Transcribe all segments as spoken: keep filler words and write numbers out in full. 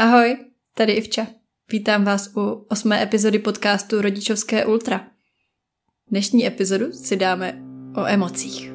Ahoj, tady Ivča. Vítám vás u osmé epizody podcastu Rodičovské ultra. Dnešní epizodu si dáme o emocích.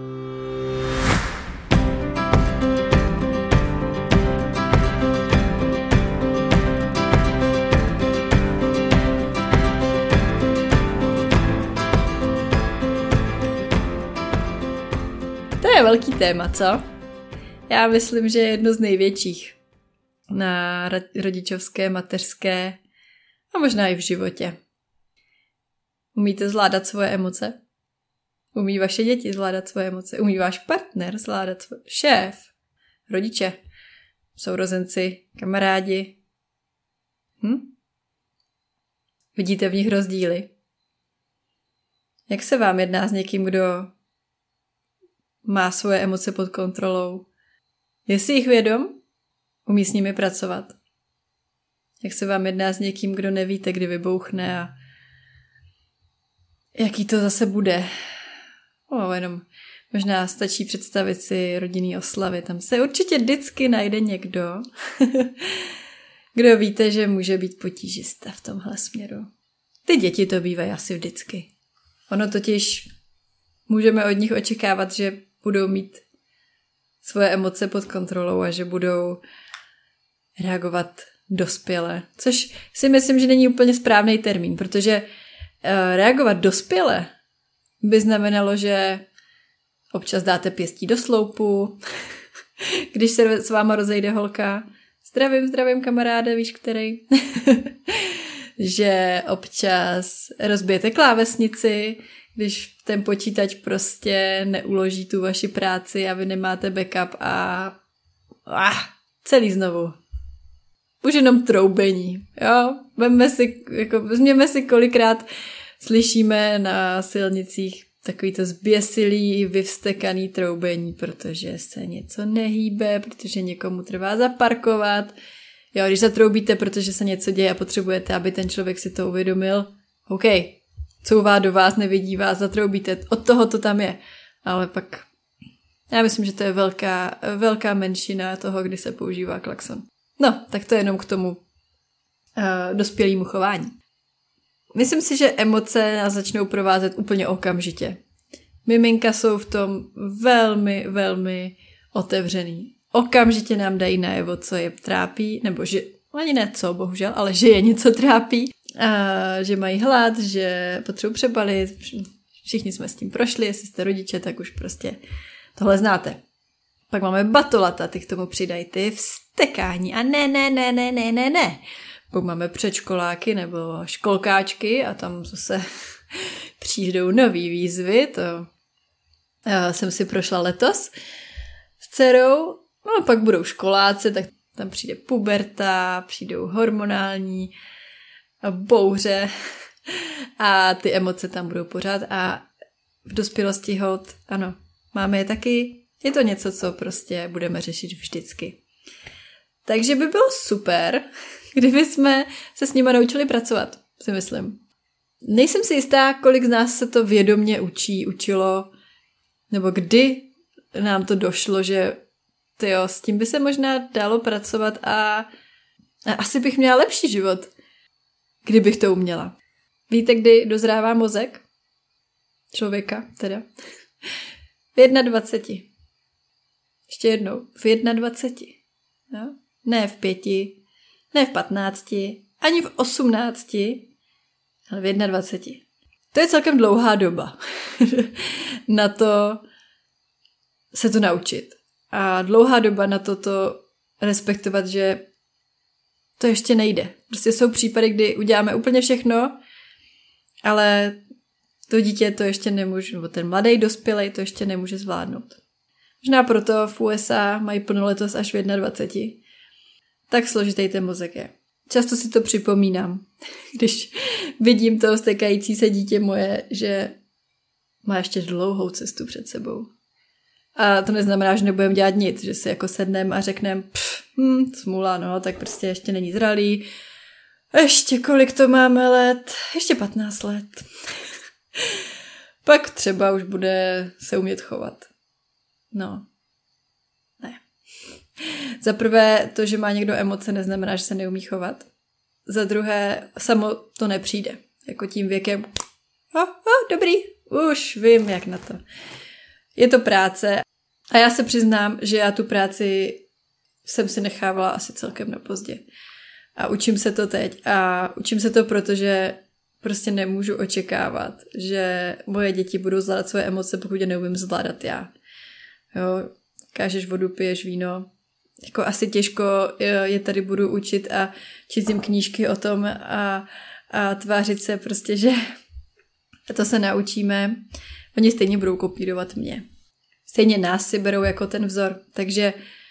To je velký téma, co? Já myslím, že je jedno z největších na rodičovské, mateřské a možná i v životě. Umíte zvládat svoje emoce? Umí vaše děti zvládat svoje emoce? Umí váš partner zvládat svoje... Šéf, rodiče, sourozenci, kamarádi? Hm? Vidíte v nich rozdíly? Jak se vám jedná s někým, kdo má svoje emoce pod kontrolou? Je si jich vědom? Umí s nimi pracovat? Jak se vám jedná s někým, kdo nevíte, kdy vybouchne a jaký to zase bude? O, jenom možná stačí představit si rodinný oslavy. Tam se určitě vždycky najde někdo, kdo víte, že může být potížista v tomhle směru. Ty děti to bývají asi vždycky. Ono totiž můžeme od nich očekávat, že budou mít svoje emoce pod kontrolou a že budou reagovat dospěle. Což si myslím, že není úplně správný termín, protože reagovat dospěle by znamenalo, že občas dáte pěstí do sloupu, když se s váma rozejde holka. Zdravím, zdravím kamaráde, víš který? Že občas rozbijete klávesnici, když ten počítač prostě neuloží tu vaši práci a vy nemáte backup a ah, celý znovu. Už jenom troubení, jo. Vemme si, jako, vezměme si, kolikrát slyšíme na silnicích takový to zběsilý, vyvstekaný troubení, protože se něco nehýbe, protože někomu trvá zaparkovat. Jo, když zatroubíte, protože se něco děje a potřebujete, aby ten člověk si to uvědomil, OK, couvá do vás, nevidí vás, zatroubíte, od toho to tam je. Ale pak, já myslím, že to je velká, velká menšina toho, kdy se používá klakson. No, tak to je jenom k tomu uh, dospělému chování. Myslím si, že emoce nás začnou provázet úplně okamžitě. Miminka jsou v tom velmi, velmi otevřený. Okamžitě nám dají najevo, co je trápí, nebo že, ani ne co, bohužel, ale že je něco trápí, a že mají hlad, že potřebují přebalit. Všichni jsme s tím prošli, jestli jste rodiče, tak už prostě tohle znáte. Pak máme batolata, ty k tomu přidají ty vztekání a ne, ne, ne, ne, ne, ne, ne. Pak máme předškoláky nebo školkáčky a tam zase přijdou nový výzvy, to já jsem si prošla letos s dcerou. No pak budou školáci, tak tam přijde puberta, přijdou hormonální bouře a ty emoce tam budou pořád a v dospělosti hod, ano, máme je taky. Je to něco, co prostě budeme řešit vždycky. Takže by bylo super, kdyby jsme se s nima naučili pracovat, si myslím. Nejsem si jistá, kolik z nás se to vědomě učí, učilo, nebo kdy nám to došlo, že tyjo, s tím by se možná dalo pracovat a, a asi bych měla lepší život, kdybych to uměla. Víte, kdy dozrává mozek? Člověka, teda. V dvaceti jedné. Ještě jednou. V dvaceti jedné. No? Ne v pěti, ne v patnácti, ani v osmnácti, ale v dvaceti jedné. To je celkem dlouhá doba na to se to naučit. A dlouhá doba na to to respektovat, že to ještě nejde. Prostě jsou případy, kdy uděláme úplně všechno, ale to dítě to ještě nemůže, nebo ten mladý dospělej to ještě nemůže zvládnout. Možná proto v U S A mají plnoletost až v dvaceti jedné. Tak složitý ten mozek je. Často si to připomínám, když vidím to stekající se dítě moje, že má ještě dlouhou cestu před sebou. A to neznamená, že nebudeme dělat nic, že si jako sedneme a řekneme, hm, smůla, no, tak prostě ještě není zralý. Ještě kolik to máme let? Ještě patnáct let. Pak třeba už bude se umět chovat. No. Ne. Za prvé, to, že má někdo emoce, neznamená, že se neumí chovat. Za druhé, samo to nepřijde. Jako tím věkem, oh, oh, dobrý, už vím, jak na to. Je to práce a já se přiznám, že já tu práci jsem si nechávala asi celkem na pozdě. A učím se to teď. A učím se to, protože prostě nemůžu očekávat, že moje děti budou zvládat svoje emoce, pokud je neumím zvládat já. Jo, kážeš vodu, piješ víno. Jako asi těžko je tady budu učit a číst jim knížky o tom a, a tvářit se prostě, že to se naučíme. Oni stejně budou kopírovat mě. Stejně nás si berou jako ten vzor. Takže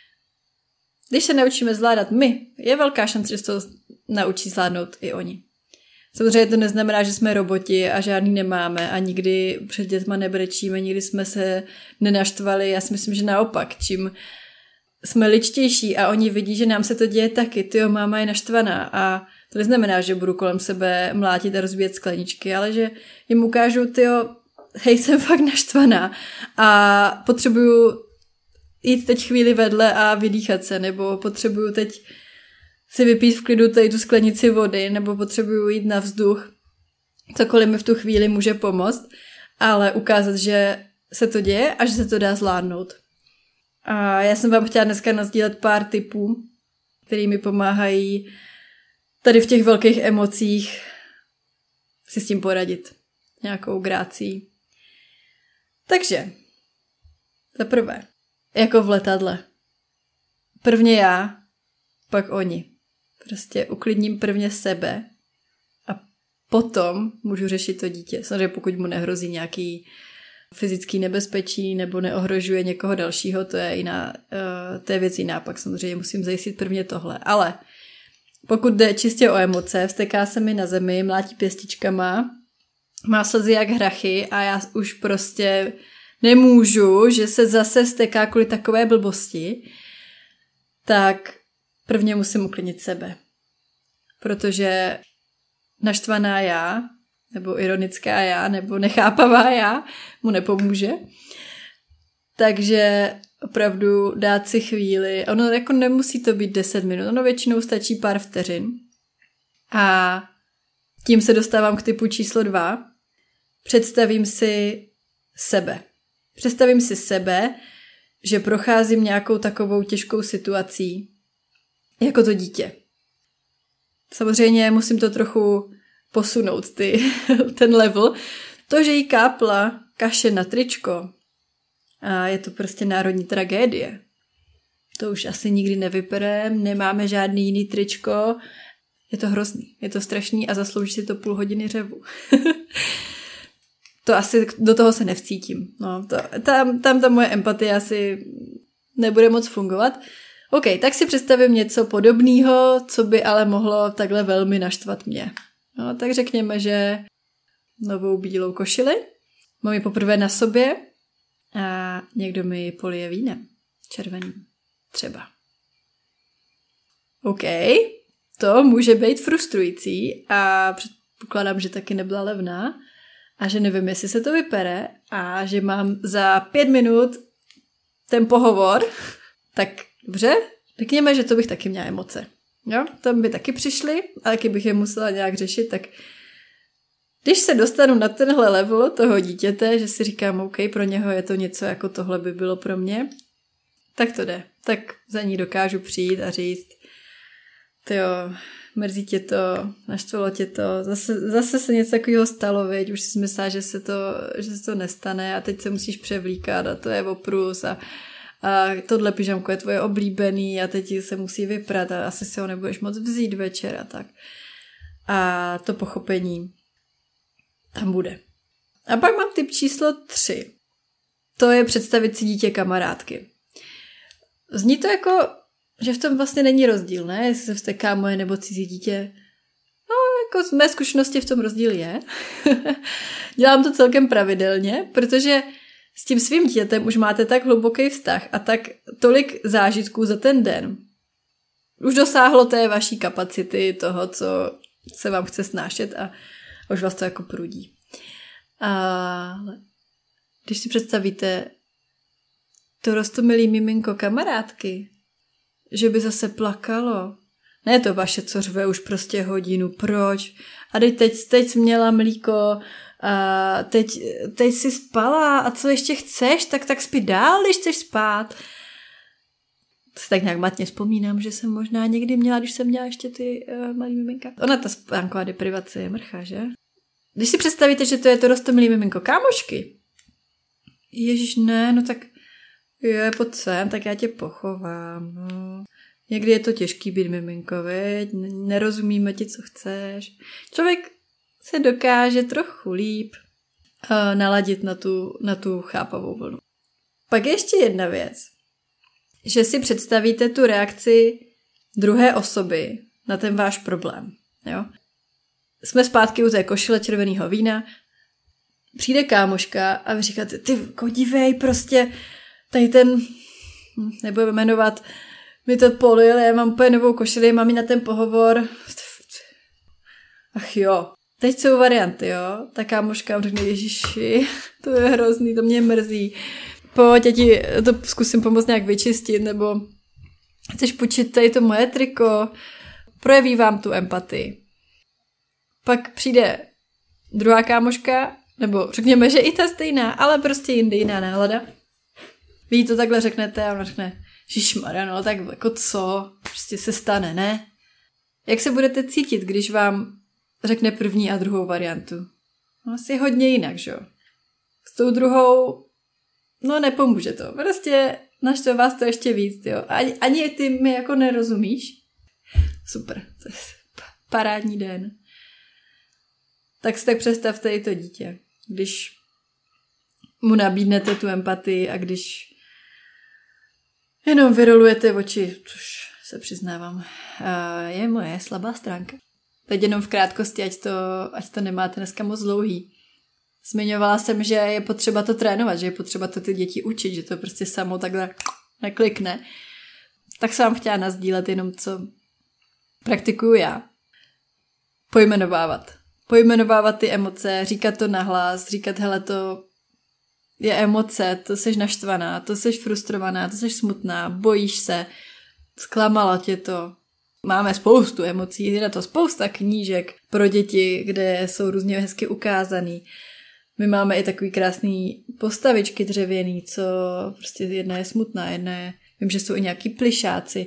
když se naučíme zvládat my, je velká šance, že se to naučí zvládnout i oni. Samozřejmě to neznamená, že jsme roboti a žádný nemáme a nikdy před dětma nebrečíme, nikdy jsme se nenaštvali. Já si myslím, že naopak, čím jsme ličtější a oni vidí, že nám se to děje taky. Tyjo, máma je naštvaná a to neznamená, že budu kolem sebe mlátit a rozbíjet skleničky, ale že jim ukážu, tyjo, hej, jsem fakt naštvaná a potřebuju jít teď chvíli vedle a vydýchat se, nebo potřebuju teď si vypít v klidu tady tu sklenici vody, nebo potřebuju jít na vzduch. Cokoliv mi v tu chvíli může pomoct, ale ukázat, že se to děje a že se to dá zvládnout. A já jsem vám chtěla dneska nasdílet pár tipů, který mi pomáhají tady v těch velkých emocích si s tím poradit. Nějakou grácí. Takže, za prvé, jako v letadle. Prvně já, pak oni. Prostě uklidním prvně sebe a potom můžu řešit to dítě. Samozřejmě pokud mu nehrozí nějaký fyzický nebezpečí nebo neohrožuje někoho dalšího, to je jiná, uh, to je věc jiná, pak samozřejmě musím zajistit prvně tohle. Ale pokud jde čistě o emoce, vzteká se mi na zemi, mlátí pěstičkama, má slzy jak hrachy a já už prostě nemůžu, že se zase vzteká kvůli takové blbosti, tak prvně musím uklidnit sebe. Protože naštvaná já, nebo ironická já, nebo nechápavá já mu nepomůže. Takže opravdu dát si chvíli. Ono jako nemusí to být deset minut, ono většinou stačí pár vteřin. A tím se dostávám k typu číslo dva. Představím si sebe. Představím si sebe, že procházím nějakou takovou těžkou situací, jako to dítě. Samozřejmě musím to trochu posunout, ty, ten level. To, že jí kápla kaše na tričko a je to prostě národní tragédie. To už asi nikdy nevyperem, nemáme žádný jiný tričko. Je to hrozný, je to strašný a zaslouží si to půl hodiny řevu. To asi do toho se nevcítím. No, to, tam, tam ta moje empatie asi nebude moc fungovat. OK, tak si představím něco podobného, co by ale mohlo takhle velmi naštvat mě. No, tak řekněme, že novou bílou košili, mám ji poprvé na sobě a někdo mi ji polije vínem. Červeným. Třeba. OK, to může být frustrující a předpokládám, že taky nebyla levná a že nevím, jestli se to vypere a že mám za pět minut ten pohovor, tak dobře, řekněme, že to bych taky měla emoce. Jo, tam by taky přišly, ale kdybych je musela nějak řešit, tak když se dostanu na tenhle level toho dítěte, že si říkám, OK, pro něho je to něco, jako tohle by bylo pro mě, tak to jde. Tak za ní dokážu přijít a říct, tyjo, mrzí tě to, naštvalo tě to, zase, zase se něco takového stalo, viď? Už si myslela, že se, to, že se to nestane a teď se musíš převlíkat a to je oprus a a tohle pyžamko je tvoje oblíbený a teď se musí vyprat a asi si ho nebudeš moc vzít večer a tak. A to pochopení tam bude. A pak mám tip číslo tři. To je představit si dítě kamarádky. Zní to jako, že v tom vlastně není rozdíl, ne? Jestli se vzteká moje nebo cizí dítě. No, jako z mé zkušenosti v tom rozdíl je. Dělám to celkem pravidelně, protože s tím svým dítětem už máte tak hluboký vztah a tak tolik zážitků za ten den. Už dosáhlo té vaší kapacity toho, co se vám chce snášet a už vás to jako prudí. A když si představíte to roztomilý miminko kamarádky, že by zase plakalo. Ne to vaše, co řve už prostě hodinu, proč? A teď, teď, teď jsi měla mlíko, a teď, teď jsi spala a co ještě chceš, tak tak spí dál, když chceš spát. Si tak nějak matně vzpomínám, že jsem možná někdy měla, když jsem měla ještě ty uh, malý miminka. Ona ta spánková deprivace je mrcha, že? Když si představíte, že to je to roztomilý miminko kámošky. Ježiš, ne, no tak je, pojď sem, tak já tě pochovám, no. Někdy je to těžký být miminko, veď? Nerozumíme ti, co chceš. Člověk se dokáže trochu líp uh, naladit na tu, na tu chápavou vlnu. Pak je ještě jedna věc, že si představíte tu reakci druhé osoby na ten váš problém. Jo? Jsme zpátky u té košile červeného vína, přijde kámoška a vy říkáte, ty kodívej, prostě tady ten, nebudeme jmenovat, mi to polil, já mám úplně novou košili, mám ji na ten pohovor. Ach jo. Teď jsou varianty, jo. Ta kámoška řekne, ježiši, to je hrozný, to mě mrzí. Pojď, já ti to zkusím pomoct nějak vyčistit, nebo chceš půjčit tady to moje triko, projeví vám tu empatii. Pak přijde druhá kámoška, nebo řekněme, že i ta stejná, ale prostě jindy jiná nálada. Vy to takhle řeknete a ona řekne, žišmarja, no tak jako co, prostě se stane, ne? Jak se budete cítit, když vám řekne první a druhou variantu? No asi hodně jinak, že jo? S tou druhou, no nepomůže to. Prostě naštve vás to ještě víc, jo? Ani, ani ty mi jako nerozumíš? Super, to je parádní den. Tak si tak představte i to dítě. Když mu nabídnete tu empatii a když jenom vyrolujete oči, což se přiznávám, je moje slabá stránka. Teď jenom v krátkosti, ať to, ať to nemáte dneska moc dlouhý. Zmiňovala jsem, že je potřeba to trénovat, že je potřeba to ty děti učit, že to prostě samo takhle neklikne. Tak jsem vám chtěla nasdílet jenom, co praktikuju já. Pojmenovávat. Pojmenovávat ty emoce, říkat to nahlas, říkat, hele, to je emoce, to seš naštvaná, to seš frustrovaná, to seš smutná, bojíš se, zklamalo tě to. Máme spoustu emocí, je na to spousta knížek pro děti, kde jsou různě hezky ukázaný. My máme i takový krásný postavičky dřevěný, co prostě jedna je smutná, jedna je, vím, že jsou i nějaký plišáci.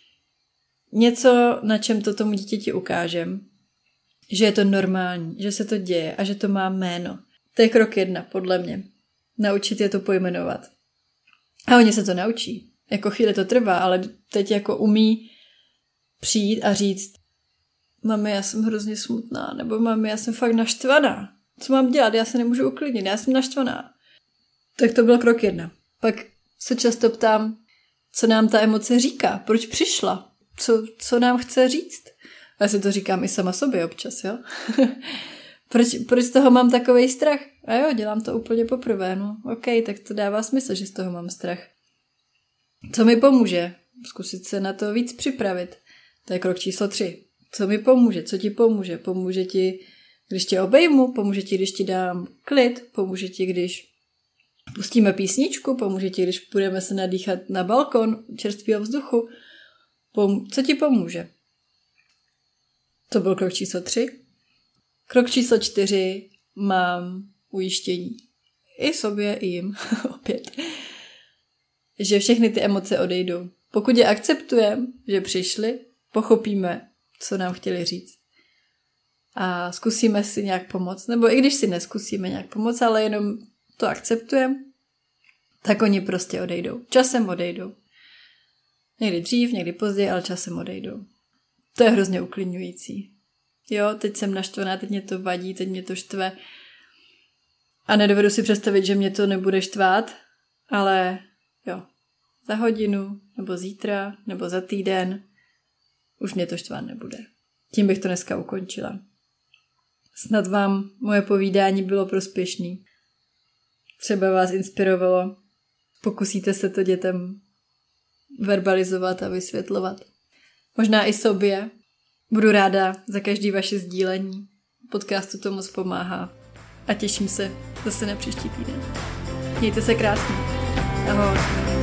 Něco, na čem to tomu dítěti ukážem, že je to normální, že se to děje a že to má jméno. To je krok jedna, podle mě. Naučit je to pojmenovat. A oni se to naučí. Jako chvíli to trvá, ale teď jako umí přijít a říct, mami, já jsem hrozně smutná, nebo mami, já jsem fakt naštvaná. Co mám dělat? Já se nemůžu uklidnit, já jsem naštvaná. Tak to byl krok jedna. Pak se často ptám, co nám ta emoce říká, proč přišla, co, co nám chce říct. A já si to říkám i sama sobě občas, jo. proč, proč z toho mám takovej strach? A jo, dělám to úplně poprvé, no ok, tak to dává smysl, že z toho mám strach. Co mi pomůže? Zkusit se na to víc připravit. To je krok číslo tři. Co mi pomůže? Co ti pomůže? Pomůže ti, když tě obejmu? Pomůže ti, když ti dám klid? Pomůže ti, když pustíme písničku? Pomůže ti, když půjdeme se nadýchat na balkon čerstvého vzduchu? Pom- co ti pomůže? To byl krok číslo tři. Krok číslo čtyři. Mám ujištění. I sobě, i jim. Opět. Že všechny ty emoce odejdou. Pokud je akceptujeme, že přišli, pochopíme, co nám chtěli říct. A zkusíme si nějak pomoct. Nebo i když si neskusíme nějak pomoct, ale jenom to akceptujeme, tak oni prostě odejdou. Časem odejdou. Někdy dřív, někdy později, ale časem odejdou. To je hrozně uklidňující. Jo, teď jsem naštvaná, teď mě to vadí, teď mě to štve. A nedovedu si představit, že mě to nebude štvát, ale jo, za hodinu, nebo zítra, nebo za týden už mě to štvát nebude. Tím bych to dneska ukončila. Snad vám moje povídání bylo prospěšný. Třeba vás inspirovalo. Pokusíte se to dětem verbalizovat a vysvětlovat. Možná i sobě. Budu ráda za každý vaše sdílení. Podcastu to moc pomáhá. A těším se zase na příští týden. Mějte se krásně. Ahoj.